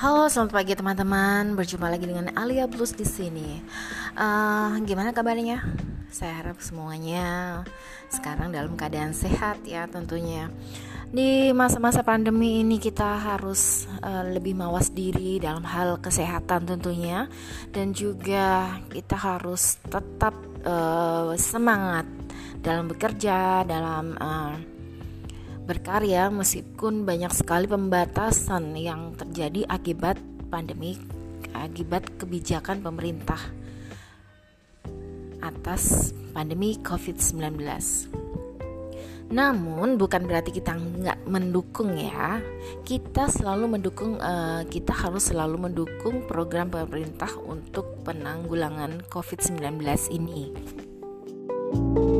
Halo, selamat pagi teman-teman. Berjumpa lagi dengan Alia Blues di sini. Gimana kabarnya? Saya harap semuanya sekarang dalam keadaan sehat ya tentunya. Di masa-masa pandemi ini kita harus lebih mawas diri dalam hal kesehatan tentunya, dan juga kita harus tetap semangat dalam bekerja, dalam berkarya meskipun banyak sekali pembatasan yang terjadi akibat pandemi, akibat kebijakan pemerintah atas pandemi COVID-19. Namun bukan berarti kita nggak mendukung ya. Kita harus selalu mendukung program pemerintah untuk penanggulangan COVID-19 ini.